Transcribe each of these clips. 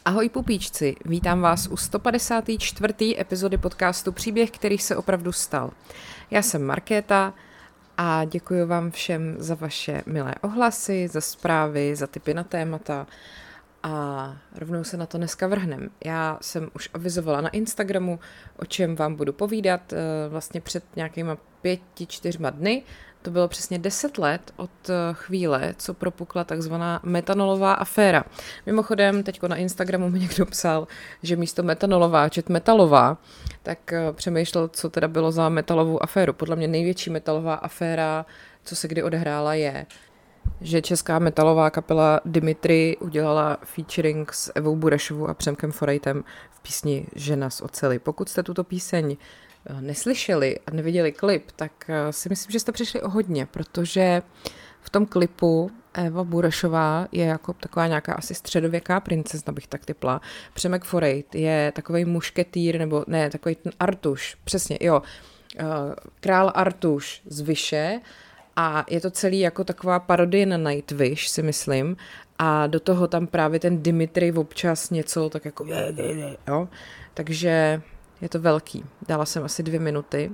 Ahoj pupíčci, vítám vás u 154. epizody podcastu Příběh, který se opravdu stal. Já jsem Markéta a děkuji vám všem za vaše milé ohlasy, za zprávy, za tipy na témata a rovnou se na to dneska vrhnem. Já jsem už avizovala na Instagramu, o čem vám budu povídat vlastně před nějakýma 5-4 dny. To bylo přesně 10 let od chvíle, co propukla takzvaná metanolová aféra. Mimochodem, teďko na Instagramu mi někdo psal, že místo metanolová čet metalová, tak přemýšlel, co teda bylo za metalovou aféru. Podle mě největší metalová aféra, co se kdy odehrála, je, že česká metalová kapela Dimitri udělala featuring s Evou Burešovou a Přemkem Forejtem v písni Žena z oceli. Pokud jste tuto píseň neslyšeli a neviděli klip, tak si myslím, že jste přišli o hodně, protože v tom klipu Eva Burešová je jako taková nějaká asi středověká princezna, bych tak typla. Přemek Forejt je takovej mušketýr, nebo ne, takový ten Artuš, přesně, jo, král Artuš z Vyše a je to celý jako taková parodie na Nightwish, si myslím, a do toho tam právě ten Dimitri občas něco tak jako jo, takže je to velký. Dala jsem asi 2 minuty.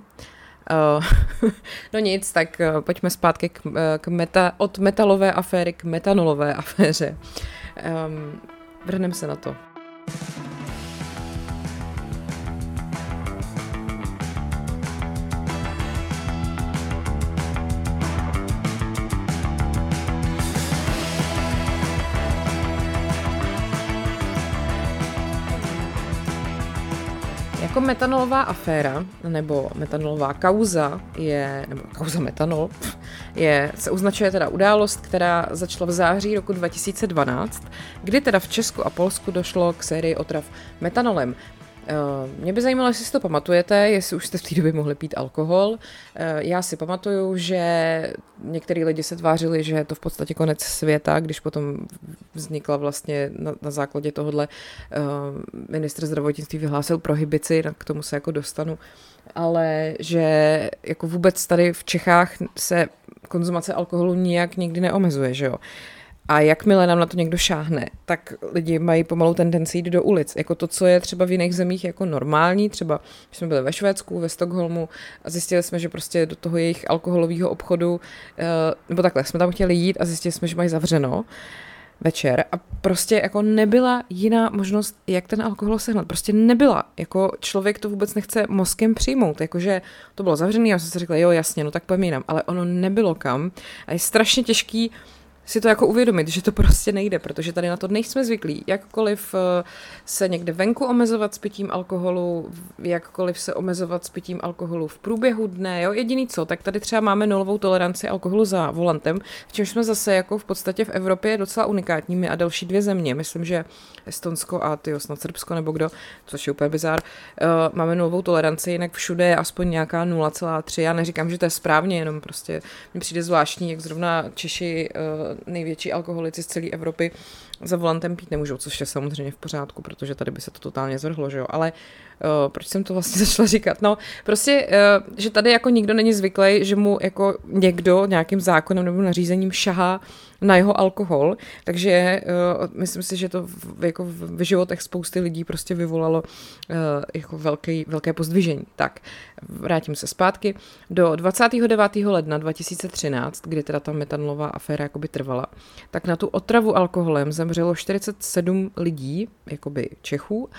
No nic, tak pojďme zpátky od metalové aféry k metanolové aféře. Vrhneme se na to. Jako metanolová aféra, nebo metanolová kauza nebo kauza metanol, se označuje teda událost, která začala v září roku 2012, kdy teda v Česku a Polsku došlo k sérii otrav metanolem. Mě by zajímalo, jestli si to pamatujete, jestli už jste v té době mohli pít alkohol. Já si pamatuju, že některý lidi se tvářili, že je to v podstatě konec světa, když potom vznikla vlastně na základě tohohle ministr zdravotnictví vyhlásil prohibici, k tomu se jako dostanu, ale že jako vůbec tady v Čechách se konzumace alkoholu nijak nikdy neomezuje, že jo. A jakmile nám na to někdo šáhne, tak lidi mají pomalu tendenci jít do ulic. Jako to, co je třeba v jiných zemích jako normální, třeba když jsme byli ve Švédsku, ve Stockholmu a zjistili jsme, že prostě do toho jejich alkoholového obchodu, nebo takhle, jsme tam chtěli jít a zjistili jsme, že mají zavřeno večer a prostě jako nebyla jiná možnost, jak ten alkohol sehnat. Prostě nebyla. Jako člověk to vůbec nechce mozkem přijmout. Jakože to bylo zavřený a já jsem si řekla, jo jasně, no tak pojďme jinam. Ale ono nebylo kam a je strašně těžký si to jako uvědomit, že to prostě nejde, protože tady na to nejsme zvyklí. Jakkoliv se někde venku omezovat s pitím alkoholu, jakkoliv se omezovat s pitím alkoholu v průběhu dne, jo, jediný co, tak tady třeba máme nulovou toleranci alkoholu za volantem, v čemž jsme zase jako v podstatě v Evropě docela unikátními a další 2 země, myslím, že Estonsko a snad Srbsko nebo kdo, což je úplně bizár, máme nulovou toleranci, jinak všude je aspoň nějaká 0,3. Já neříkám, že to je správně, jenom prostě mi přijde zvláštní, jak zrovna Češi největší alkoholici z celé Evropy za volantem pít nemůžou, což je samozřejmě v pořádku, protože tady by se to totálně zvrhlo, že jo, ale proč jsem to vlastně začala říkat? No, prostě, že tady jako nikdo není zvyklý, že mu jako někdo nějakým zákonem nebo nařízením šahá na jeho alkohol, takže myslím si, že to jako v životech spousty lidí prostě vyvolalo jako velké pozdvižení. Tak, vrátím se zpátky. Do 29. ledna 2013, kdy teda ta metanolová aféra jakoby trvala, tak na tu otravu alkoholem zemřelo 47 lidí, jakoby Čechů,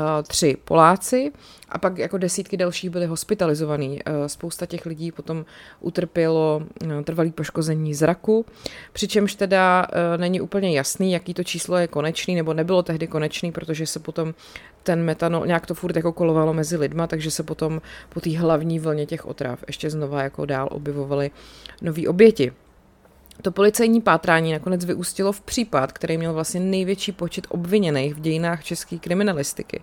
3 Poláci a pak jako desítky dalších byly hospitalizovaný. Spousta těch lidí potom utrpělo trvalý poškození zraku, přičemž teda není úplně jasný, jaký to číslo je konečný, nebo nebylo tehdy konečný, protože se potom ten metanol, nějak to furt jako kolovalo mezi lidma, takže se potom po té hlavní vlně těch otrav ještě znova jako dál objevovaly nový oběti. To policejní pátrání nakonec vyústilo v případ, který měl vlastně největší počet obviněných v dějinách české kriminalistiky.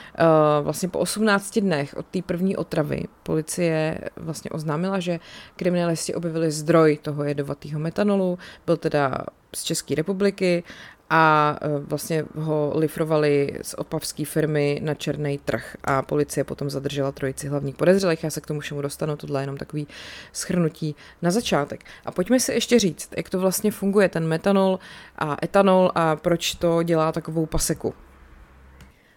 Vlastně po 18 dnech od té první otravy policie vlastně oznámila, že kriminalisti objevili zdroj toho jedovatého metanolu, byl teda z České republiky a vlastně ho lifrovali z opavské firmy na černý trh a policie potom zadržela 3 hlavních podezřelých. Já se k tomu všemu dostanu, tohle je jenom takový shrnutí na začátek. A pojďme si ještě říct, jak to vlastně funguje ten metanol a etanol a proč to dělá takovou paseku.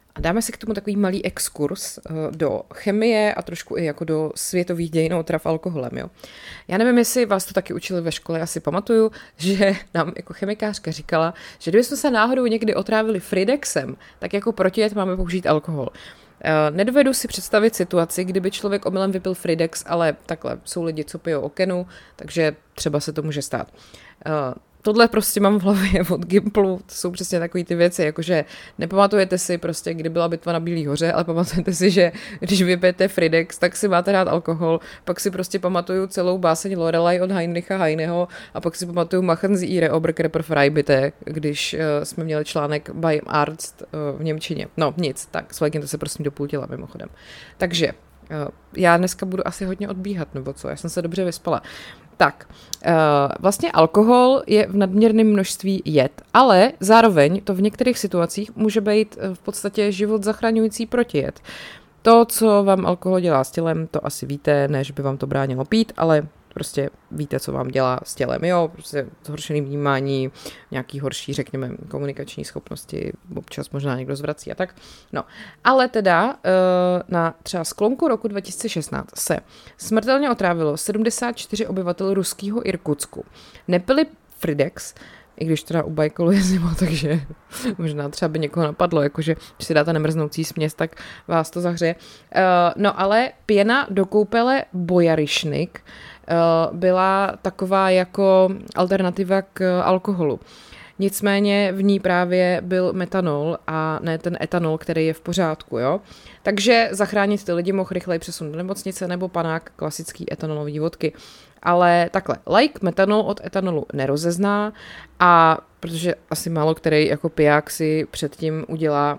A dáme si k tomu takový malý exkurs do chemie a trošku i jako do světových dějin otrav alkoholem. Jo. Já nevím, jestli vás to taky učili ve škole, já si pamatuju, že nám jako chemikářka říkala, že kdybychom se náhodou někdy otrávili Fridexem, tak jako protijed máme použít alkohol. Nedovedu si představit situaci, kdyby člověk omylem vypil Fridex, ale takhle jsou lidi, co pijou okenu, takže třeba se to může stát. Tohle prostě mám v hlavě od Gimplu, to jsou přesně takové ty věci, jakože nepamatujete si prostě, kdy byla bitva na Bílý hoře, ale pamatujete si, že když vypijete Fridex, tak si máte dát alkohol, pak si prostě pamatuju celou báseň Lorelei od Heinricha Heineho a pak si pamatuju Machen Sie Ihre Oberkörper frei bitte, když jsme měli článek Beim Arzt v němčině. No nic, tak svlékněte se prosím do půl těla mimochodem. Takže já dneska budu asi hodně odbíhat, nebo co, já jsem se dobře vyspala. Tak, vlastně alkohol je v nadměrném množství jed, ale zároveň to v některých situacích může být v podstatě život zachraňující protijed. To, co vám alkohol dělá s tělem, to asi víte, než by vám to bránilo pít, ale prostě víte, co vám dělá s tělem, jo, prostě zhoršený vnímání, nějaký horší, řekněme, komunikační schopnosti, občas možná někdo zvrací a tak. No, ale teda na třeba sklonku roku 2016 se smrtelně otrávilo 74 obyvatel ruského Irkutsku. Nepili Fridex, i když teda u Bajkolu je zima, takže možná třeba by někoho napadlo, jakože když si dáte nemrznoucí směs, tak vás to zahřeje. No ale pěna do koupele Bojaryšnik byla taková jako alternativa k alkoholu. Nicméně v ní právě byl metanol a ne ten etanol, který je v pořádku, jo. Takže zachránit ty lidi mohl rychleji přesun do nemocnice nebo panák klasický etanolový vodky. Ale takhle, laik metanol od etanolu nerozezná a protože asi málo který jako piják si předtím udělá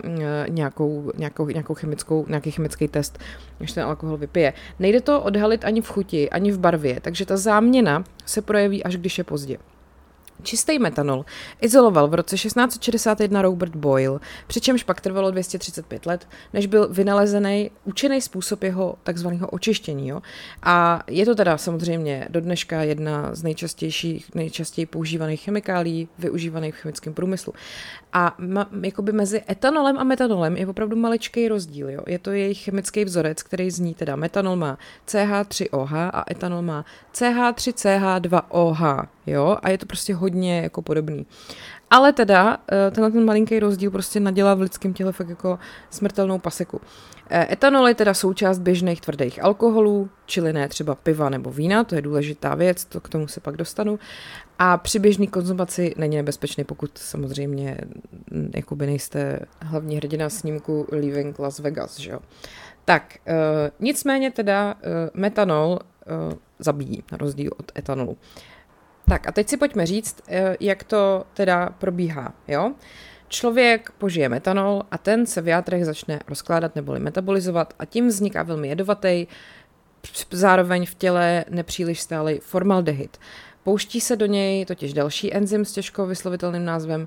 nějaký chemický test, než ten alkohol vypije. Nejde to odhalit ani v chuti, ani v barvě, takže ta záměna se projeví až když je pozdě. Čistý metanol izoloval v roce 1661 Robert Boyle, přičemž pak trvalo 235 let, než byl vynalezený účinný způsob jeho takzvaného očištění. Jo? A je to teda samozřejmě do dneška jedna z nejčastěji používaných chemikálií, využívaných v chemickém průmyslu. A jakoby mezi etanolem a metanolem je opravdu maličký rozdíl. Jo? Je to jejich chemický vzorec, který zní teda metanol má CH3OH a etanol má CH3CH2OH. Jo? A je to prostě hodně jako podobný. Ale teda ten malinký rozdíl prostě nadělá v lidském těle fakt jako smrtelnou paseku. Etanol je teda součást běžných tvrdých alkoholů, čili ne třeba piva nebo vína, to je důležitá věc, to k tomu se pak dostanu. A při běžné konzumaci není nebezpečný, pokud samozřejmě jakoby nejste hlavní hrdina snímku Leaving Las Vegas, že jo. Tak, nicméně teda metanol zabíjí, na rozdíl od etanolu. Tak a teď si pojďme říct, jak to teda probíhá, jo. Člověk požije metanol a ten se v játrech začne rozkládat neboli metabolizovat a tím vzniká velmi jedovatý, zároveň v těle nepříliš stálý formaldehyd. Pouští se do něj totiž další enzym s těžko vyslovitelným názvem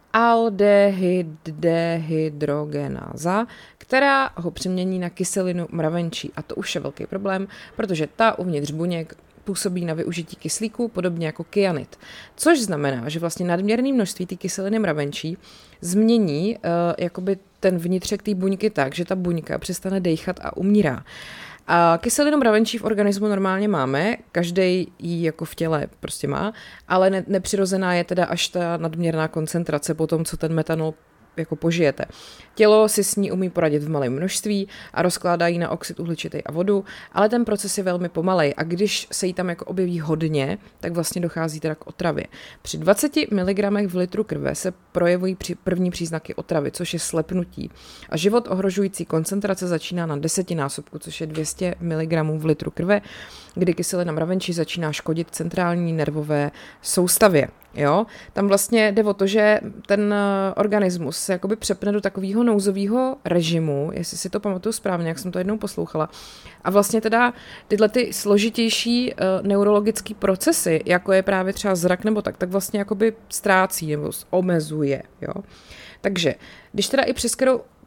aldehydrogenáza, která ho přemění na kyselinu mravenčí. A to už je velký problém, protože ta uvnitř buněk působí na využití kyslíku, podobně jako kyanid. Což znamená, že vlastně nadměrné množství té kyseliny mravenčí změní jakoby ten vnitřek té buňky tak, že ta buňka přestane dejchat a umírá. A kyselinu mravenčí v organismu normálně máme, každý ji jako v těle prostě má, ale nepřirozená je teda až ta nadměrná koncentrace po tom, co ten metanol jako požijete. Tělo si s ní umí poradit v malém množství a rozkládá ji na oxid uhličitý a vodu, ale ten proces je velmi pomalej a když se jí tam jako objeví hodně, tak vlastně dochází teda k otravě. Při 20 mg v litru krve se projevují první příznaky otravy, což je slepnutí. A život ohrožující koncentrace začíná na 10násobku, což je 200 mg v litru krve, kdy kyselina mravenčí začíná škodit centrální nervové soustavě. Jo? Tam vlastně jde o to, že ten organismus se jakoby přepne do takového nouzového režimu, jestli si to pamatuju správně, jak jsem to jednou poslouchala. A vlastně teda tyhle ty složitější neurologické procesy, jako je právě třeba zrak nebo tak vlastně jakoby ztrácí nebo omezuje. Jo? Takže když teda i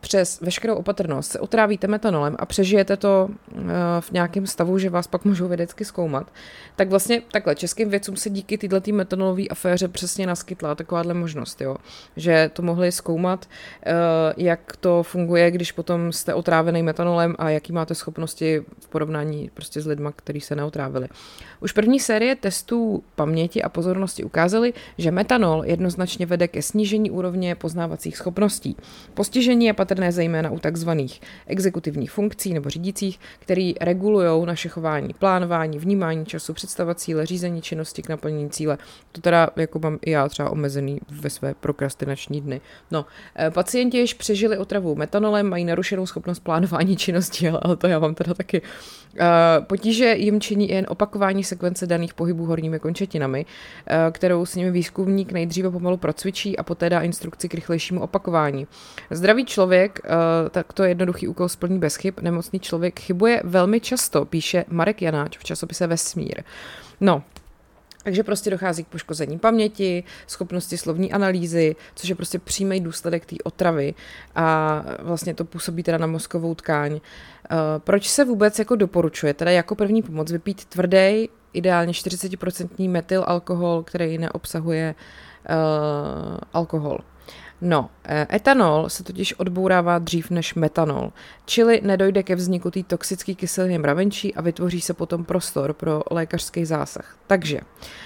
přes veškerou opatrnost se otrávíte metanolem a přežijete to v nějakém stavu, že vás pak můžou vědecky zkoumat, tak vlastně takhle českým vědcům se díky této metanolové aféře přesně naskytla takováhle možnost, jo? Že to mohli zkoumat, jak to funguje, když potom jste otrávený metanolem a jaký máte schopnosti v porovnání prostě s lidma, kteří se neotrávili. Už první série testů paměti a pozornosti ukázaly, že metanol jednoznačně vede ke snížení úrovně poznávacích schopností. Postižení je patrné zejména u takzvaných exekutivních funkcí nebo řídících, který regulují naše chování, plánování, vnímání času, představa cíle, řízení činnosti k naplnění cíle. To teda jako mám i já třeba omezený ve své prokrastinační dny. No, pacienti, jež přežili otravu metanolem, mají narušenou schopnost plánování činnosti, ale to já mám teda taky. Potíže jim činí jen opakování sekvence daných pohybů horními končetinami, kterou s nimi výzkumník nejdříve pomalu procvičí a poté dá instrukci k rychlejšímu opakování. Zdravý člověk, tak to je jednoduchý úkol splní bez chyb, nemocný člověk chybuje velmi často, píše Marek Janáč v časopise Vesmír. No, takže prostě dochází k poškození paměti, schopnosti slovní analýzy, což je prostě přímý důsledek té otravy a vlastně to působí teda na mozkovou tkáň. Proč se vůbec jako doporučuje? Teda jako první pomoc vypít tvrdý, ideálně 40% metyl alkohol, který neobsahuje alkohol. No, etanol se totiž odbourává dřív než metanol, čili nedojde ke vzniku té toxické kyseliny mravenčí a vytvoří se potom prostor pro lékařský zásah. Takže,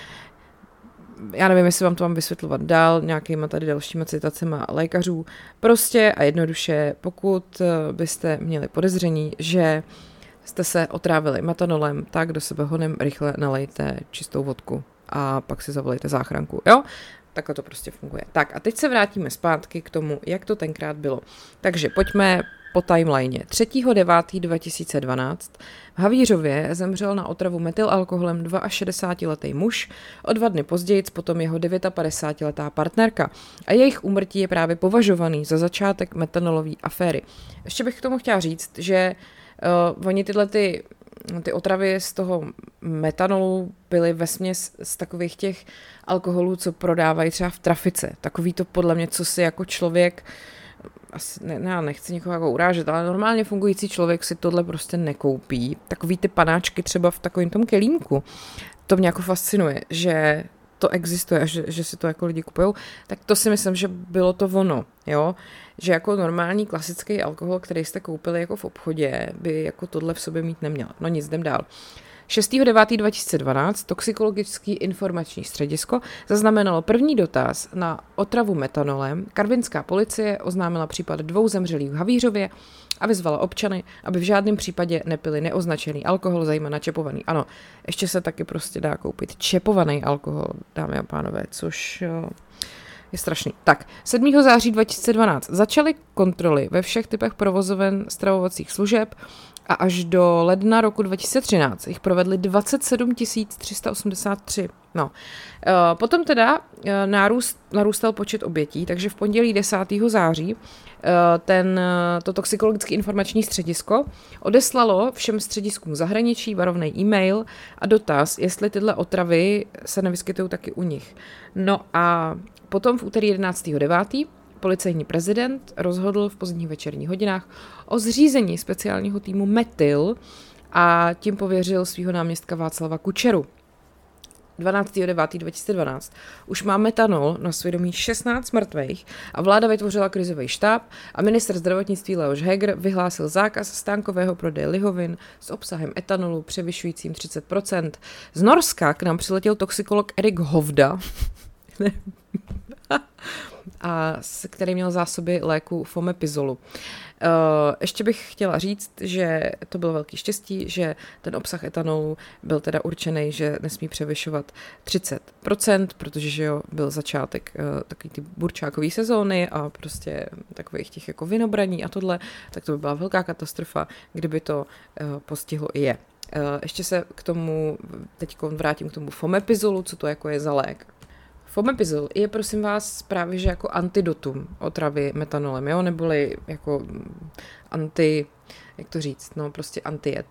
já nevím, jestli vám to mám vysvětlovat dál, nějakýma tady dalšíma citacema lékařů. Prostě a jednoduše, pokud byste měli podezření, že jste se otrávili metanolem, tak do sebe honem rychle nalejte čistou vodku a pak si zavolejte záchranku, jo? Takhle to prostě funguje. Tak a teď se vrátíme zpátky k tomu, jak to tenkrát bylo. Takže pojďme po timeline. 3.9.2012 v Havířově zemřel na otravu metylalkoholem 62letý muž, o 2 dny později potom jeho 59letá partnerka. A jejich úmrtí je právě považovaný za začátek metanolové aféry. Ještě bych k tomu chtěla říct, že oni ty otravy z toho metanolu byly vesměs z takových těch alkoholů, co prodávají třeba v trafice. Takový to podle mě, co si jako člověk, asi já nechci někoho jako urážet, ale normálně fungující člověk si tohle prostě nekoupí. Takový ty panáčky třeba v takovém tom kelímku. To mě jako fascinuje, že to existuje a že si to jako lidi kupujou, tak to si myslím, že bylo to ono, jo, že jako normální klasický alkohol, který jste koupili jako v obchodě, by jako tohle v sobě mít neměl. No nic, jdem dál. 6.9.2012 Toxikologický informační středisko zaznamenalo první dotaz na otravu metanolem. Karvinská policie oznámila případ 2 zemřelých v Havířově a vyzvala občany, aby v žádném případě nepili neoznačený alkohol, zejména čepovaný. Ano, ještě se taky prostě dá koupit čepovaný alkohol, dámy a pánové, což je strašný. Tak, 7. září 2012 začaly kontroly ve všech typech provozoven stravovacích služeb a až do ledna roku 2013 jich provedli 27 383. No. Potom teda narůstal počet obětí, takže v pondělí 10. září to toxikologické informační středisko odeslalo všem střediskům zahraničí varovný e-mail a dotaz, jestli tyhle otravy se nevyskytují taky u nich. No a potom v úterý 11.9. policejní prezident rozhodl v pozdních večerních hodinách o zřízení speciálního týmu Metyl a tím pověřil svého náměstka Václava Kučeru. 12.9.2012 už má metanol na svědomí 16 mrtvých a vláda vytvořila krizový štáb a ministr zdravotnictví Leoš Heger vyhlásil zákaz stánkového prodeje lihovin s obsahem etanolu převyšujícím 30%. Z Norska k nám přiletěl toxikolog Erik Hovda, který měl zásoby léku Fomepizolu. Ještě bych chtěla říct, že to bylo velký štěstí, že ten obsah etanolu byl teda určený, že nesmí převyšovat 30%, protože že jo, byl začátek takový ty burčákový sezóny a prostě takových těch jako vinobraní a tohle, tak to by byla velká katastrofa, kdyby to postihlo i je. Ještě se k tomu, teď vrátím k tomu Fomepizolu, co to jako je za lék. Fomepizol je, prosím vás, právě že jako antidotum otravy metanolem, jo, neboli jako jak to říct, no prostě antijed.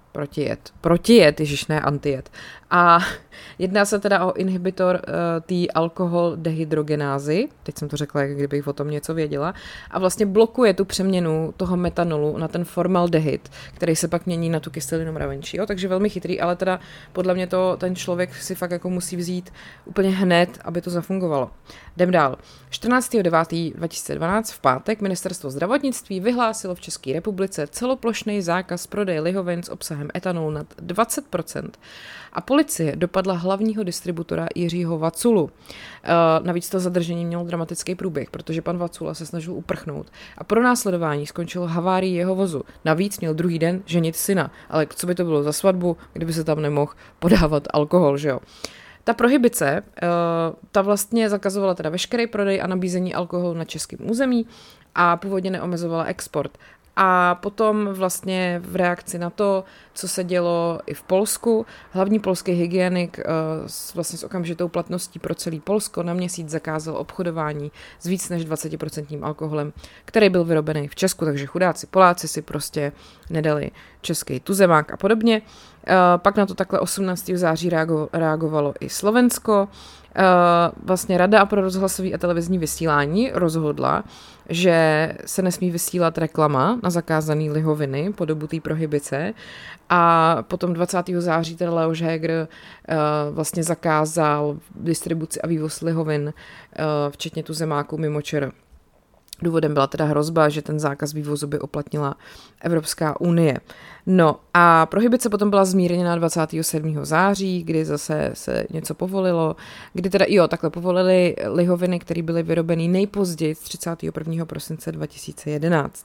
protijed, ježiš, ne antijed. A jedná se teda o inhibitor té alkohol dehydrogenázy, teď jsem to řekla, jak kdybych o tom něco věděla, a vlastně blokuje tu přeměnu toho metanolu na ten formaldehyd, který se pak mění na tu kyselinu mravenčí. Jo? Takže velmi chytrý, ale teda podle mě to ten člověk si fakt jako musí vzít úplně hned, aby to zafungovalo. Jdem dál. 14.9.2012 v pátek Ministerstvo zdravotnictví vyhlásilo v České republice celoplošný zákaz prodeje lihovin s obsahem etanolu nad 20%. A policie dopadla hlavního distributora Jiřího Vaculu. Navíc to zadržení mělo dramatický průběh, protože pan Vacula se snažil uprchnout a pro následování skončilo havárií jeho vozu. Navíc měl druhý den ženit syna, ale co by to bylo za svatbu, kdyby se tam nemohl podávat alkohol, že jo? Ta prohibice, ta vlastně zakazovala teda veškerý prodej a nabízení alkoholu na českém území a původně neomezovala export. A potom vlastně v reakci na to, co se dělo i v Polsku, hlavní polský hygienik vlastně s okamžitou platností pro celý Polsko na měsíc zakázal obchodování s víc než 20% alkoholem, který byl vyrobený v Česku, takže chudáci Poláci si prostě nedali český tuzemák a podobně. Pak na to takhle 18. září reagovalo i Slovensko. Vlastně Rada pro rozhlasové a televizní vysílání rozhodla, že se nesmí vysílat reklama na zakázané lihoviny po dobu té prohibice a potom 20. září teda Leoš Heger vlastně zakázal distribuci a vývoz lihovin, včetně tuzemáků mimo ČR. Důvodem byla teda hrozba, že ten zákaz vývozu by uplatnila Evropská unie. No a prohibice potom byla zmírněna 27. září, kdy zase se něco povolilo, kdy teda takhle povolili lihoviny, které byly vyrobeny nejpozději z 31. prosince 2011.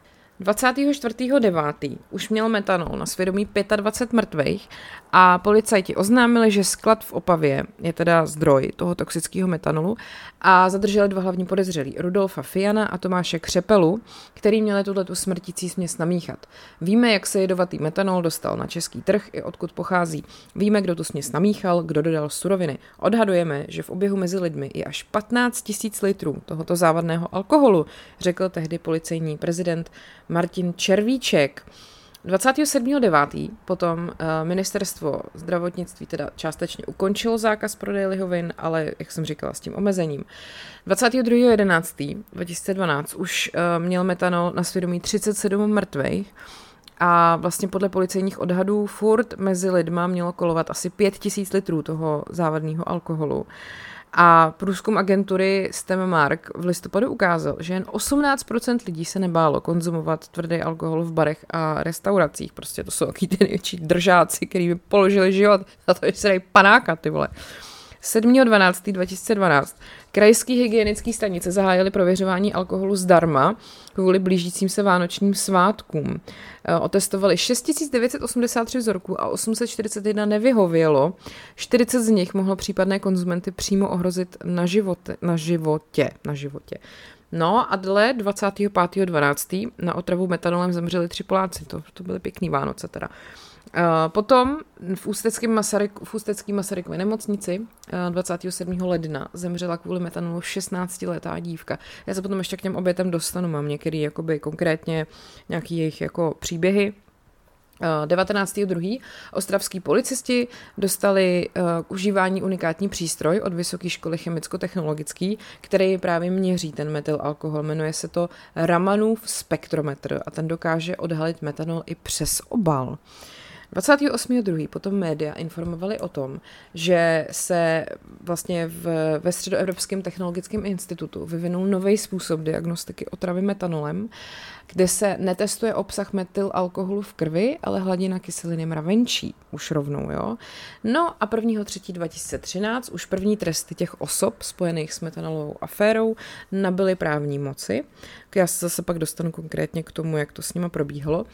24.9. už měl metanol na svědomí 25 mrtvejch a policajti oznámili, že sklad v Opavě je teda zdroj toho toxického metanolu a zadrželi 2 hlavní podezřelí, Rudolfa Fiana a Tomáše Křepelu, který měli tuhletu smrtící směs namíchat. Víme, jak se jedovatý metanol dostal na český trh i odkud pochází. Víme, kdo tu směs namíchal, kdo dodal suroviny. Odhadujeme, že v oběhu mezi lidmi je až 15 000 litrů tohoto závadného alkoholu, řekl tehdy policejní prezident Martin Červíček. 27.9. potom ministerstvo zdravotnictví teda částečně ukončilo zákaz prodeje lihovin, ale jak jsem říkala, s tím omezením. 22.11.2012 už měl metanol na svědomí 37 mrtvejch a vlastně podle policejních odhadů furt mezi lidma mělo kolovat asi 5000 litrů toho závadného alkoholu. A průzkum agentury StemMark v listopadu ukázal, že jen 18% lidí se nebálo konzumovat tvrdý alkohol v barech a restauracích. Prostě to jsou taky ty největší držáci, který by položili život za to, že se dají panáka, ty vole. 7.12.2012 krajský hygienický stanice zahájily prověřování alkoholu zdarma kvůli blížícím se vánočním svátkům. Otestovali 6983 vzorků a 841 nevyhovělo. 40 z nich mohlo případné konzumenty přímo ohrozit na životě. No a dle 25.12. na otravu metanolem zemřeli 3 Poláci. To byly pěkný Vánoce teda. Potom v ústeckém Masarykově nemocnici 27. ledna zemřela kvůli metanolu 16letá dívka. Já se potom ještě k těm obětem dostanu, mám některý jakoby konkrétně nějaký jejich jako příběhy. 19.2. ostravský policisti dostali k užívání unikátní přístroj od Vysoké školy chemicko-technologický, který právě měří ten metylalkohol. Jmenuje se to Ramanův spektrometr a ten dokáže odhalit metanol i přes obal. 28.2. potom média informovali o tom, že se vlastně ve Středoevropském technologickém institutu vyvinul nový způsob diagnostiky otravy metanolem, kde se netestuje obsah metylalkoholu v krvi, ale hladina kyseliny mravenčí už rovnou, jo. No a 1.3.2013 už první tresty těch osob spojených s metanolovou aférou nabyly právní moci. Já se zase pak dostanu konkrétně k tomu, jak to s nima probíhalo.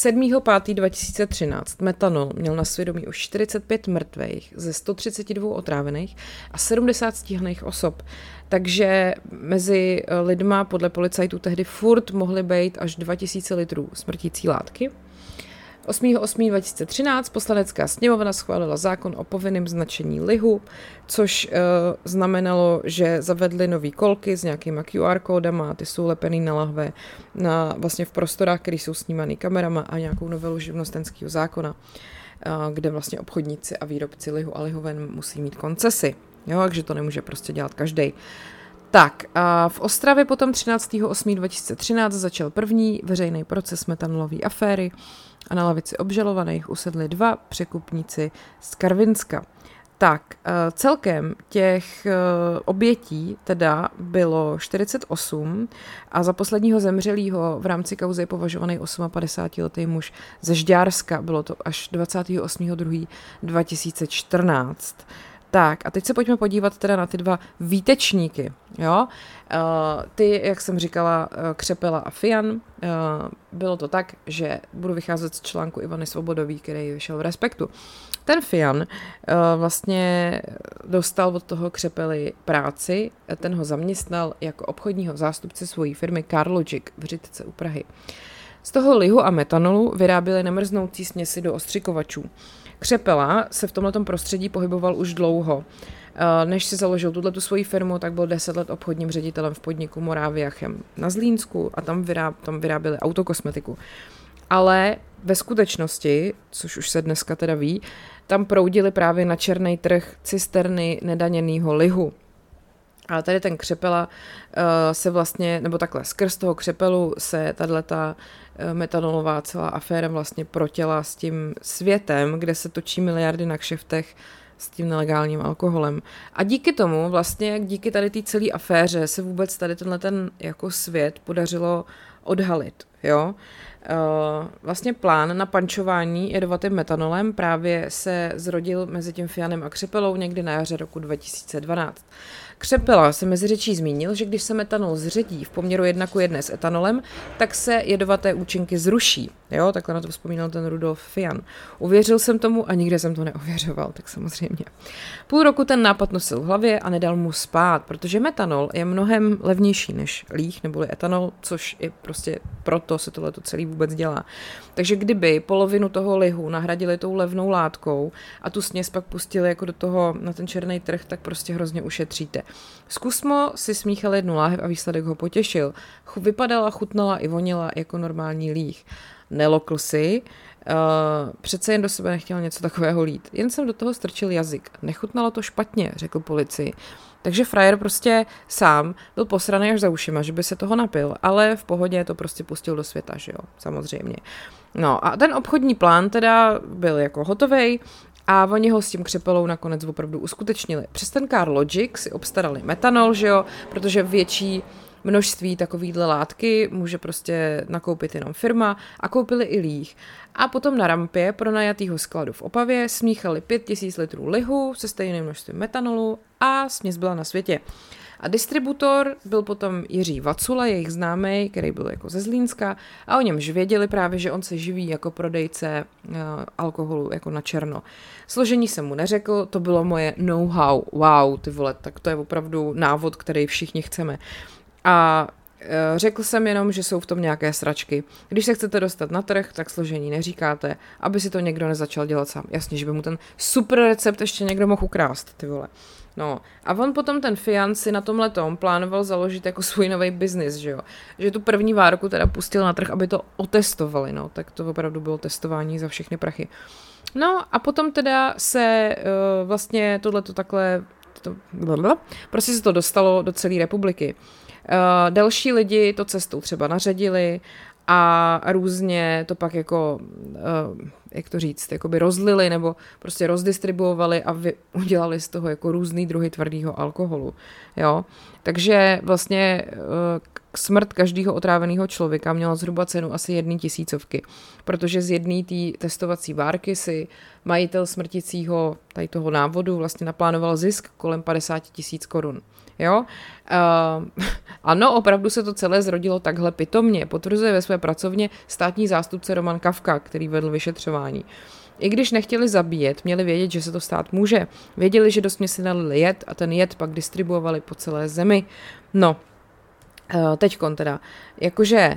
7.5.2013 metanol měl na svědomí už 45 mrtvejch ze 132 otrávených a 70 stíhaných osob. Takže mezi lidma podle policajtů tehdy furt mohly být až 2000 litrů smrtící látky. 8.8.2013 poslanecká sněmovna schválila zákon o povinném značení lihu, což znamenalo, že zavedli nový kolky s nějakýma QR kódama, ty jsou lepený na lahve vlastně v prostorách, které jsou snímaný kamerama a nějakou novelu živnostenského zákona, kde vlastně obchodníci a výrobci lihu a lihoven musí mít koncesy. Jo, takže to nemůže prostě dělat každej. Tak a v Ostravě potom 13.8.2013 začal první veřejný proces metanolové aféry a na lavici obžalovaných usedli 2 překupníci z Karvinska. Tak celkem těch obětí teda bylo 48 a za posledního zemřelýho v rámci kauzy je považovaný 58letý muž ze Žďárska. Bylo to až 28.2.2014. Tak a teď se pojďme podívat teda na ty 2 výtečníky, jo. Ty, jak jsem říkala, Křepela a Fian, bylo to tak, že budu vycházet z článku Ivany Svobodový, který vyšel v Respektu. Ten Fian vlastně dostal od toho Křepely práci, ten ho zaměstnal jako obchodního zástupce svojí firmy Carlogic v Řitce u Prahy. Z toho lihu a metanolu vyráběli nemrznoucí směsi do ostřikovačů. Křepela se v tomhletom prostředí pohyboval už dlouho. Než si založil tuto svoji firmu, tak byl 10 let obchodním ředitelem v podniku Moravia Chem na Zlínsku a tam vyráběli autokosmetiku. Ale ve skutečnosti, což už se dneska teda ví, tam proudili právě na černý trh cisterny nedaněného lihu. A tady ten Křepela se vlastně, nebo takhle, skrz toho Křepelu se tato metanolová celá aféra vlastně protěla s tím světem, kde se točí miliardy na kšeftech s tím nelegálním alkoholem. A díky tomu, vlastně díky tady té celé aféře se vůbec tady ten jako svět podařilo odhalit, jo. Vlastně plán na pančování jedovatým metanolem právě se zrodil mezi tím Fianem a Křepelou někdy na jaře roku 2012. Křepela se mezi řečí zmínil, že když se metanol zředí v poměru 1:1 s etanolem, tak se jedovaté účinky zruší. Jo, takhle na to vzpomínal ten Rudolf Fian. Uvěřil jsem tomu a nikde jsem to neověřoval, tak samozřejmě. Půl roku ten nápad nosil v hlavě a nedal mu spát, protože metanol je mnohem levnější než líh neboli etanol, což je prostě proto se tohleto celý vůbec dělá. Takže kdyby polovinu toho lihu nahradili tou levnou látkou a tu směs pak pustili jako do toho na ten černý trh, tak prostě hrozně ušetříte. Zkusmo si smíchal 1 láhev a výsledek ho potěšil. Vypadala, chutnala i vonila jako normální líh. Nelokl si, přece jen do sebe nechtěl něco takového lít. Jen jsem do toho strčil jazyk. Nechutnalo to špatně, řekl policii. Takže frajer prostě sám byl posraný až za ušima, že by se toho napil, ale v pohodě to prostě pustil do světa, že jo, samozřejmě. No a ten obchodní plán teda byl jako hotovej a oni ho s tím Křepelou nakonec opravdu uskutečnili. Přes ten Carlogic si obstarali metanol, že jo, protože větší množství takovýhle látky může prostě nakoupit jenom firma a koupili i líh. A potom na rampě pronajatýho skladu v Opavě smíchali 5000 litrů lihu se stejným množstvím metanolu a směs byla na světě. A distributor byl potom Jiří Vacula, jejich známý, který byl jako ze Zlínska a o němž věděli právě, že on se živí jako prodejce alkoholu jako na černo. Složení jsem mu neřekl, to bylo moje know-how. Wow, ty vole, tak to je opravdu návod, který všichni chceme. A řekl jsem jenom, že jsou v tom nějaké sračky. Když se chcete dostat na trh, tak složení neříkáte, aby si to někdo nezačal dělat sám. Jasně, že by mu ten super recept ještě někdo mohl ukrást, ty vole. No a on potom ten Fian si na tomhletom plánoval založit jako svůj nový biznis, že jo. Že tu první várku teda pustil na trh, aby to otestovali, no. Tak to opravdu bylo testování za všechny prachy. No a potom teda se vlastně tohleto takhle, prostě se to dostalo do celé republiky. Další lidi to cestou třeba naředili a různě to pak jako, jak to říct, jakoby rozlili nebo prostě rozdistribuovali a udělali z toho jako různý druhy tvrdého alkoholu. Jo? Takže vlastně smrt každého otráveného člověka měla zhruba cenu asi 1 000, protože z jedné té testovací várky si majitel smrtícího tady toho návodu vlastně naplánoval zisk kolem 50 000 korun. Jo? Ano, opravdu se to celé zrodilo takhle pitomně, potvrzuje ve své pracovně státní zástupce Roman Kafka, který vedl vyšetřování. I když nechtěli zabíjet, měli vědět, že se to stát může. Věděli, že do směsi nalili jed a ten jed pak distribuovali po celé zemi. No, teďkon teda, jakože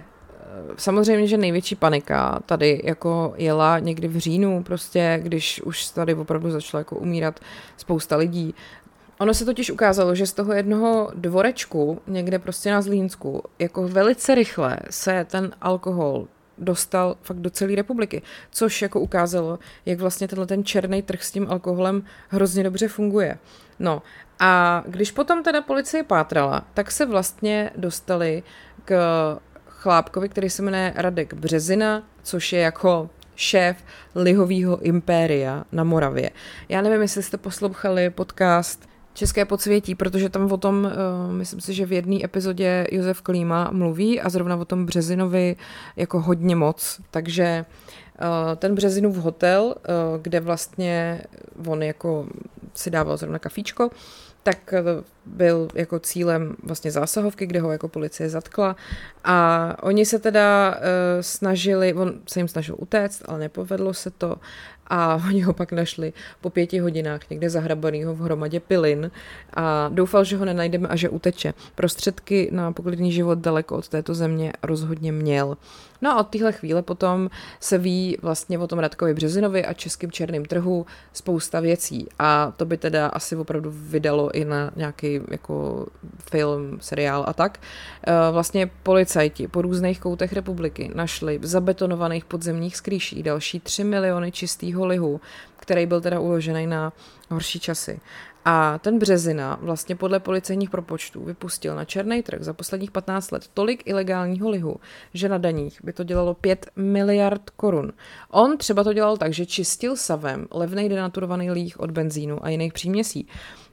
samozřejmě, že největší panika tady jako jela někdy v říjnu, prostě, když už tady opravdu začala jako umírat spousta lidí. Ono se totiž ukázalo, že z toho jednoho dvorečku někde prostě na Zlínsku jako velice rychle se ten alkohol dostal fakt do celé republiky, což jako ukázalo, jak vlastně ten černý trh s tím alkoholem hrozně dobře funguje. No a když potom teda policie pátrala, tak se vlastně dostali k chlápkovi, který se jmenuje Radek Březina, což je jako šéf lihového impéria na Moravě. Já nevím, jestli jste poslouchali podcast České podsvětí, protože tam o tom, myslím si, že v jedné epizodě Josef Klíma mluví a zrovna o tom Březinovi jako hodně moc, takže ten Březinův hotel, kde vlastně on jako si dával zrovna kafíčko, tak byl jako cílem vlastně zásahovky, kde ho jako policie zatkla a oni se teda snažili, on se jim snažil utéct, ale nepovedlo se to a oni ho pak našli po 5 hodinách někde zahrabanýho v hromadě pilin a doufal, že ho nenajdeme a že uteče. Prostředky na poklidný život daleko od této země rozhodně měl. No a od téhle chvíle potom se ví vlastně o tom Radkovi Březinovi a českým černým trhu spousta věcí a to by teda asi opravdu vydalo i na nějaký jako film, seriál a tak. Vlastně policajti po různých koutech republiky našli v zabetonovaných podzemních skrýších další 3 miliony čistého lihu, který byl teda uložený na horší časy. A ten Březina vlastně podle policejních propočtů vypustil na černý trh za posledních 15 let tolik ilegálního lihu, že na daních by to dělalo 5 miliard korun. On třeba to dělal tak, že čistil savem levnej denaturovaný líh od benzínu a jiných příměsí.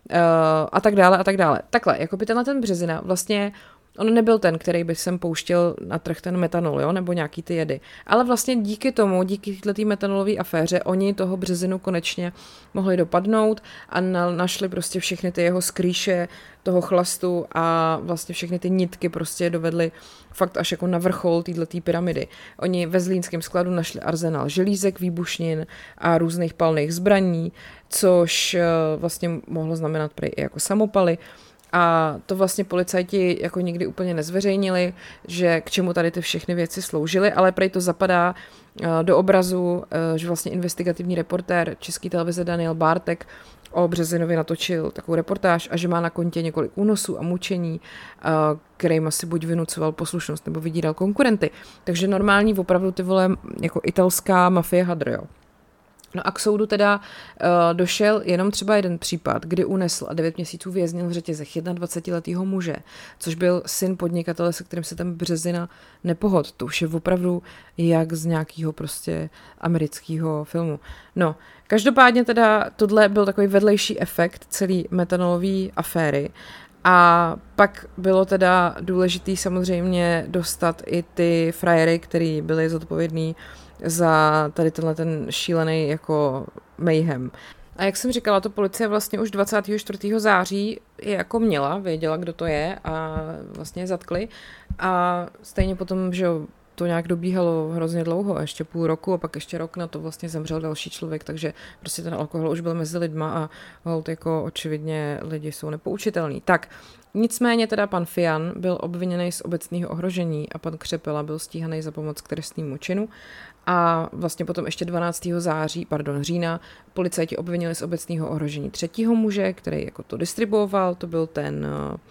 A tak dále, a tak dále. Takhle, jako by ten Březina vlastně on nebyl ten, který by sem pouštěl na trh ten metanol, jo, nebo nějaký ty jedy. Ale vlastně díky tomu, díky této metanolové aféře, oni toho Březinu konečně mohli dopadnout a našli prostě všechny ty jeho skrýše, toho chlastu a vlastně všechny ty nitky prostě dovedli fakt až jako na vrchol této pyramidy. Oni ve zlínském skladu našli arzenál želízek, výbušnin a různých palných zbraní, což vlastně mohlo znamenat prý i jako samopaly. A to vlastně policajti jako nikdy úplně nezveřejnili, že k čemu tady ty všechny věci sloužily, ale prej to zapadá do obrazu, že vlastně investigativní reportér České televize Daniel Bártek o Březinovi natočil takovou reportáž a že má na kontě několik únosů a mučení, kterým asi buď vynucoval poslušnost nebo vydíral konkurenty. Takže normální opravdu ty vole jako italská mafie hadr, jo. No a k soudu teda došel jenom třeba jeden případ, kdy unesl a 9 měsíců věznil v řetězech 21letého muže, což byl syn podnikatele, se kterým se ten Březina nepohod. To už je opravdu jak z nějakého prostě amerického filmu. No, každopádně teda tohle byl takový vedlejší efekt celé metanolové aféry. A pak bylo teda důležitý samozřejmě dostat i ty frajery, který byli zodpovědní za tady tenhle ten šílený jako mayhem. A jak jsem říkala, to policie vlastně už 24. září je jako měla, věděla, kdo to je a vlastně je zatkli. A stejně potom, že to nějak dobíhalo hrozně dlouho, ještě půl roku a pak ještě rok na to vlastně zemřel další člověk, takže prostě ten alkohol už byl mezi lidma a holt jako očividně lidi jsou nepoučitelní. Tak, nicméně teda pan Fian byl obviněný z obecného ohrožení a pan Křepela byl stíhaný za pomoc k trestnému činu a vlastně potom ještě 12. října policajti obvinili z obecného ohrožení 3. muže, který jako to distribuoval, to byl ten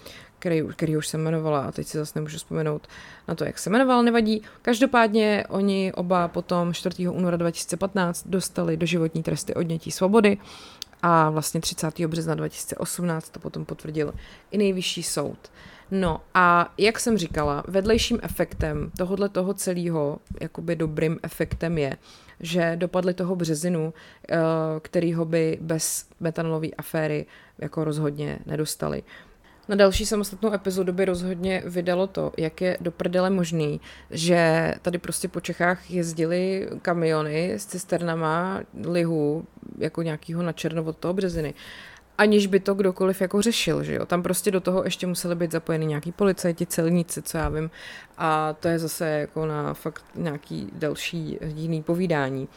který už se jmenovala a teď si zase nemůžu vzpomenout na to, jak se jmenoval, nevadí. Každopádně oni oba potom 4. února 2015 dostali doživotní tresty odnětí svobody a vlastně 30. března 2018 to potom potvrdil i nejvyšší soud. No a jak jsem říkala, vedlejším efektem toho celého, jakoby dobrým efektem je, že dopadli toho Březinu, kterýho by bez metanolové aféry jako rozhodně nedostali. Na další samostatnou epizodu by rozhodně vydalo to, jak je do prdele možný, že tady prostě po Čechách jezdily kamiony s cisternama lihu, jako nějakýho na černo od toho Březiny, aniž by to kdokoliv jako řešil, že jo. Tam prostě do toho ještě museli být zapojeni nějaký policajti, celníci, co já vím, a to je zase jako na fakt nějaký další jiný povídání.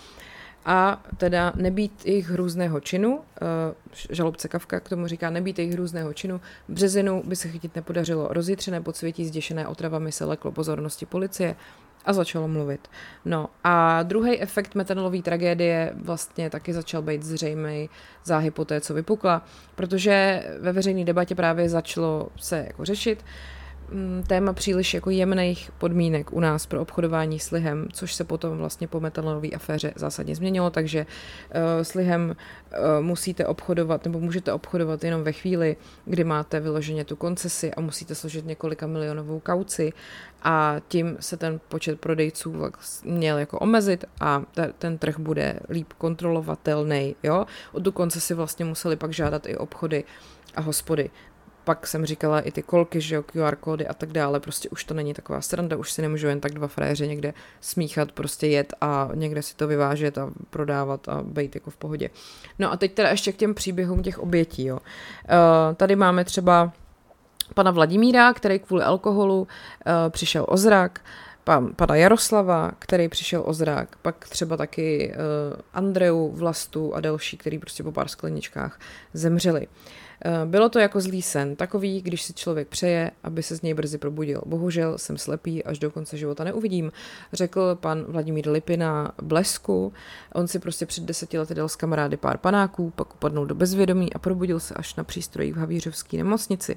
A teda nebýt jejich hrůzného činu, žalobce Kafka k tomu říká, nebýt jejich hrůzného činu, Březinu by se chytit nepodařilo. Rozjitřené podsvětí zděšené otravami se leklo pozornosti policie a začalo mluvit. No a druhý efekt metanolové tragédie vlastně taky začal být zřejmý záhy po té, co vypukla, protože ve veřejné debatě právě začalo se jako řešit téma příliš jako jemných podmínek u nás pro obchodování s lihem, což se potom vlastně po metanolové aféře zásadně změnilo, takže s lihem musíte obchodovat nebo můžete obchodovat jenom ve chvíli, kdy máte vyloženě tu koncesi a musíte složit několika milionovou kauci a tím se ten počet prodejců měl jako omezit a ten trh bude líp kontrolovatelný. Jo? O tu koncesi vlastně museli pak žádat i obchody a hospody. Pak jsem říkala i ty kolky, že jo, QR kódy a tak dále, prostě už to není taková sranda, už si nemůžu jen tak dva frajeři někde smíchat, prostě jet a někde si to vyvážet a prodávat a být jako v pohodě. No a teď teda ještě k těm příběhům těch obětí, jo. Tady máme třeba pana Vladimíra, který kvůli alkoholu přišel o zrak, pana Jaroslava, který přišel o zrak, pak třeba taky Andreu, Vlastu a další, který prostě po pár skleničkách zemřeli. Bylo to jako zlý sen, takový, když si člověk přeje, aby se z něj brzy probudil. Bohužel jsem slepý, až do konce života neuvidím, řekl pan Vladimír Lipina Blesku. On si prostě před 10 lety dal s kamarády pár panáků, pak upadnul do bezvědomí a probudil se až na přístroji v Havířovské nemocnici.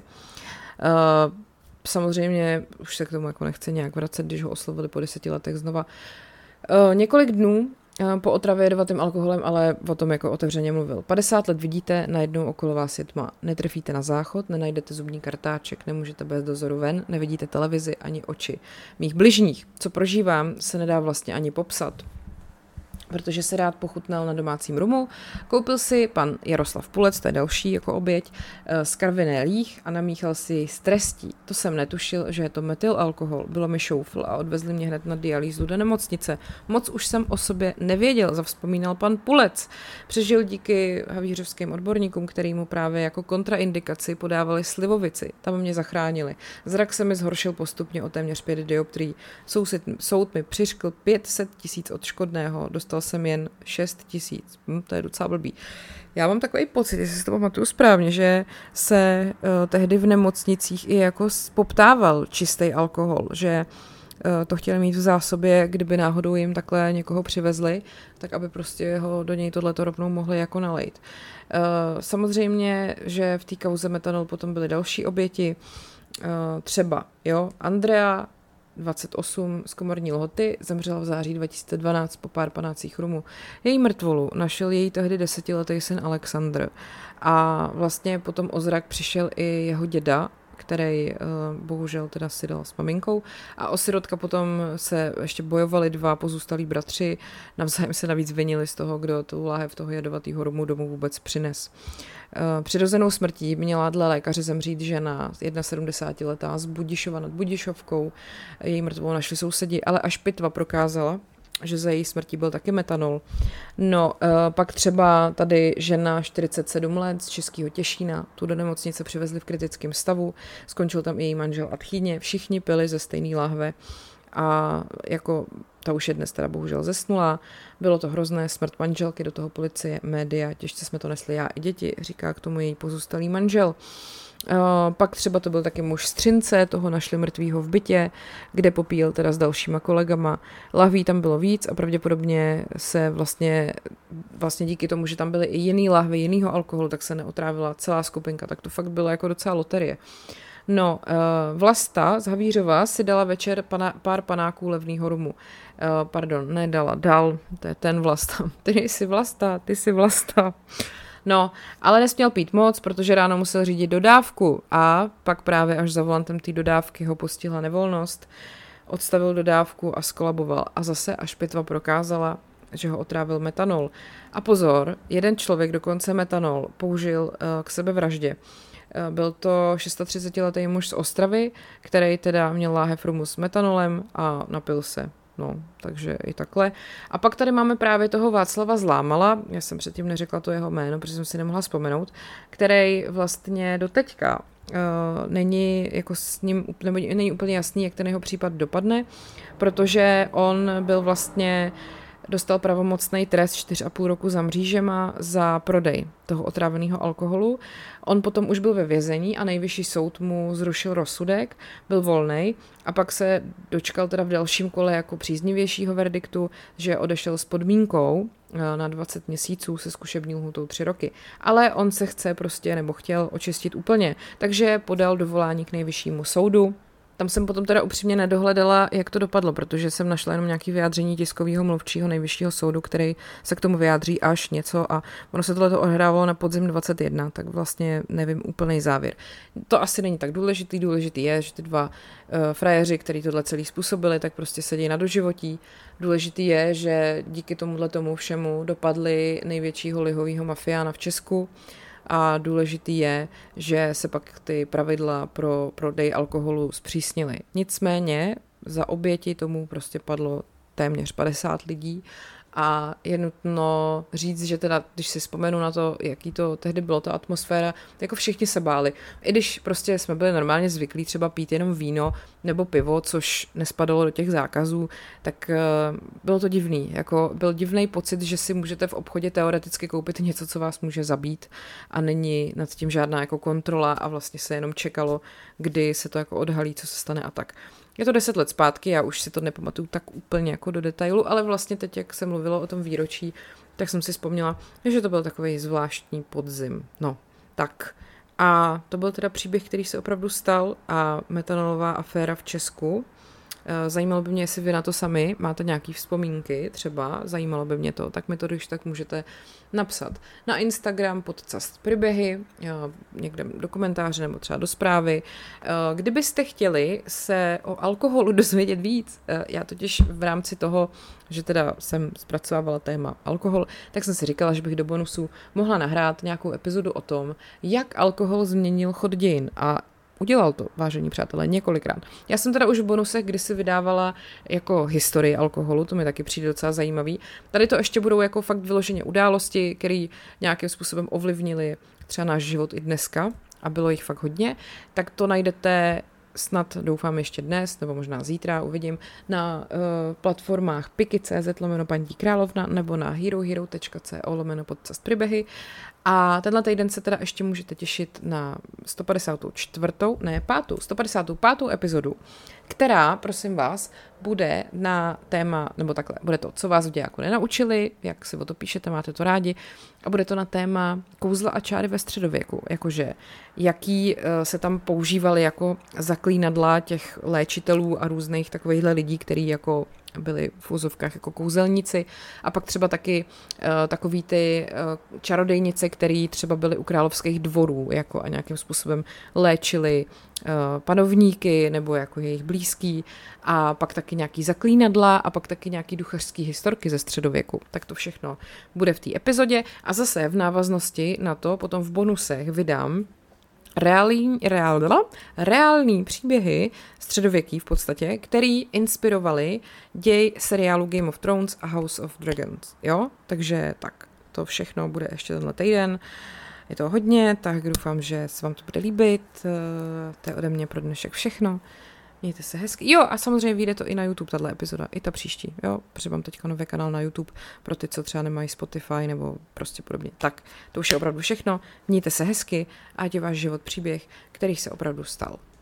Samozřejmě už se k tomu jako nechce nějak vracet, když ho oslovili po 10 letech znova. Několik dnů po otravě jedovatým alkoholem, ale o tom jako otevřeně mluvil. 50 let vidíte, najednou okolo vás je tma. Netrefíte na záchod, nenajdete zubní kartáček, nemůžete bez dozoru ven, nevidíte televizi ani oči mých bližních. Co prožívám, se nedá vlastně ani popsat, protože se rád pochutnal na domácím rumu. Koupil si pan Jaroslav Pulec, to je další jako oběť, skarviné líh a namíchal si jej s trestí. To jsem netušil, že je to metylalkohol. Bylo mi šoufl a odvezli mě hned na dialýzu do nemocnice. Moc už jsem o sobě nevěděl, zavzpomínal pan Pulec. Přežil díky havířovským odborníkům, který mu právě jako kontraindikaci podávali slivovici. Tam mě zachránili. Zrak se mi zhoršil postupně o téměř 5 dioptrií. Soud mi přiškl 500 000 odškodného, dostal jsem jen 6 000. To je docela blbý. Já mám takový pocit, jestli si to pamatuju správně, že se tehdy v nemocnicích i jako poptával čistý alkohol, že to chtěli mít v zásobě, kdyby náhodou jim takhle někoho přivezli, tak aby prostě ho do něj tohleto rovnou mohli jako nalejt. Samozřejmě, že v té kauze metanol potom byly další oběti, třeba Andrea, 28 z Komorní Lhoty, zemřela v září 2012 po pár panácích rumu. Její mrtvolu našel její tehdy 10letý syn Alexandr a vlastně potom o zrak přišel i jeho děda, který bohužel teda si dal s maminkou a o sirotka potom se ještě bojovali 2 pozůstalí bratři, navzájem se navíc vinili z toho, kdo tu láhev toho jedovatýho rumu domů vůbec přines. Přirozenou smrtí měla dle lékaře zemřít žena 71letá z Budišova nad Budišovkou. Její mrtvou našli sousedi, ale až pitva prokázala, že za její smrtí byl taky metanol. No, pak třeba tady žena 47 let z Českého Těšína, tu do nemocnice přivezli v kritickém stavu, skončil tam i její manžel a tchýně, všichni pili ze stejné láhve a jako ta už je dnes teda bohužel zesnulá. Bylo to hrozné, smrt manželky, do toho policie, média, těžce jsme to nesli já i děti, říká k tomu její pozůstalý manžel. Pak třeba to byl taky muž z Třince, toho našli mrtvýho v bytě, kde popíjel teda s dalšíma kolegama. Lahví tam bylo víc a pravděpodobně se vlastně díky tomu, že tam byly i jiný lahve, jinýho alkoholu, tak se neotrávila celá skupinka, tak to fakt bylo jako docela loterie. No, Vlasta z Havířova si dala večer pár panáků levnýho rumu. Dal, to je ten Vlasta. Ty jsi Vlasta. No, ale nesměl pít moc, protože ráno musel řídit dodávku a pak právě až za volantem té dodávky ho postihla nevolnost, odstavil dodávku a skolaboval. A zase až pitva prokázala, že ho otrávil metanol. A pozor, jeden člověk dokonce metanol použil k sebevraždě. Byl to 36letý muž z Ostravy, který teda měl láhev rumu s metanolem a napil se. No, takže i takhle. A pak tady máme právě toho Václava Zlámala, já jsem předtím neřekla to jeho jméno, protože jsem si nemohla vzpomenout, který vlastně doteďka není jako s ním, nebo není úplně jasný, jak ten jeho případ dopadne, protože on byl vlastně dostal pravomocný trest 4,5 roku za mřížema za prodej toho otráveného alkoholu. On potom už byl ve vězení a nejvyšší soud mu zrušil rozsudek, byl volnej a pak se dočkal teda v dalším kole jako příznivějšího verdiktu, že odešel s podmínkou na 20 měsíců se zkušební lhůtou 3 roky. Ale on se chce prostě, nebo chtěl očistit úplně, takže podal dovolání k nejvyššímu soudu. Tam jsem potom teda upřímně nedohledala, jak to dopadlo, protože jsem našla jenom nějaké vyjádření tiskového mluvčího nejvyššího soudu, který se k tomu vyjádří až něco a ono se tohleto odhrávalo na podzim 21, tak vlastně nevím úplný závěr. To asi není tak důležitý je, že ty dva frajeři, kteří tohle celý způsobili, tak prostě sedí na doživotí. Důležitý je, že díky tomu všemu dopadli největšího lihového mafiána v Česku. A důležitý je, že se pak ty pravidla pro prodej alkoholu zpřísnily. Nicméně za oběti tomu prostě padlo téměř 50 lidí a je nutno říct, že teda, když si vzpomenu na to, jaký to tehdy bylo, ta atmosféra, jako všichni se báli. I když prostě jsme byli normálně zvyklí třeba pít jenom víno nebo pivo, což nespadalo do těch zákazů, tak bylo to divný. Jako byl divný pocit, že si můžete v obchodě teoreticky koupit něco, co vás může zabít a není nad tím žádná jako kontrola a vlastně se jenom čekalo, kdy se to jako odhalí, co se stane a tak. Je to 10 let zpátky, já už si to nepamatuju tak úplně jako do detailu, ale vlastně teď, jak se mluvilo o tom výročí, tak jsem si vzpomněla, že to byl takový zvláštní podzim. No, tak. A to byl teda příběh, který se opravdu stal a metanolová aféra v Česku. Zajímalo by mě, jestli vy na to sami máte nějaké vzpomínky, třeba, zajímalo by mě to, tak mi to když tak můžete napsat na Instagram podcast Příběhy, někde do komentáře nebo třeba do zprávy. Kdybyste chtěli se o alkoholu dozvědět víc, já totiž v rámci toho, že teda jsem zpracovávala téma alkohol, tak jsem si říkala, že bych do bonusu mohla nahrát nějakou epizodu o tom, jak alkohol změnil chod dějin a udělal to, vážení přátelé, několikrát. Já jsem teda už v bonusech kdysi vydávala jako historii alkoholu, to mi taky přijde docela zajímavý. Tady to ještě budou jako fakt vyloženě události, které nějakým způsobem ovlivnily třeba náš život i dneska a bylo jich fakt hodně, tak to najdete snad doufám ještě dnes, nebo možná zítra, uvidím, na platformách piky.cz/Paní Královna nebo na herohero.co/podcast Příběhy. A tenhle týden se teda ještě můžete těšit na 155. epizodu, která, prosím vás, bude na téma, nebo takhle, bude to, co vás v dějáku nenaučili, jak si o to píšete, máte to rádi, a bude to na téma kouzla a čáry ve středověku, jakože jaký se tam používali jako zaklínadla těch léčitelů a různých takovýchhle lidí, který jako byli v úzovkách jako kouzelníci a pak třeba taky takový ty čarodejnice, který třeba byly u královských dvorů jako a nějakým způsobem léčili panovníky nebo jako jejich blízký a pak taky nějaký zaklínadla a pak taky nějaký duchařský historky ze středověku. Tak to všechno bude v té epizodě a zase v návaznosti na to potom v bonusech vydám reální příběhy středověký v podstatě, který inspirovali děj seriálu Game of Thrones a House of Dragons. Jo? Takže tak, to všechno bude ještě tenhle týden. Je to hodně, tak doufám, že se vám to bude líbit. To je ode mě pro dnešek všechno. Mějte se hezky. Jo, a samozřejmě vyjde to i na YouTube, tahle epizoda, i ta příští. Jo, protože mám teďka nový kanál na YouTube pro ty, co třeba nemají Spotify nebo prostě podobně. Tak, to už je opravdu všechno. Mějte se hezky a ať je váš život příběh, který se opravdu stal.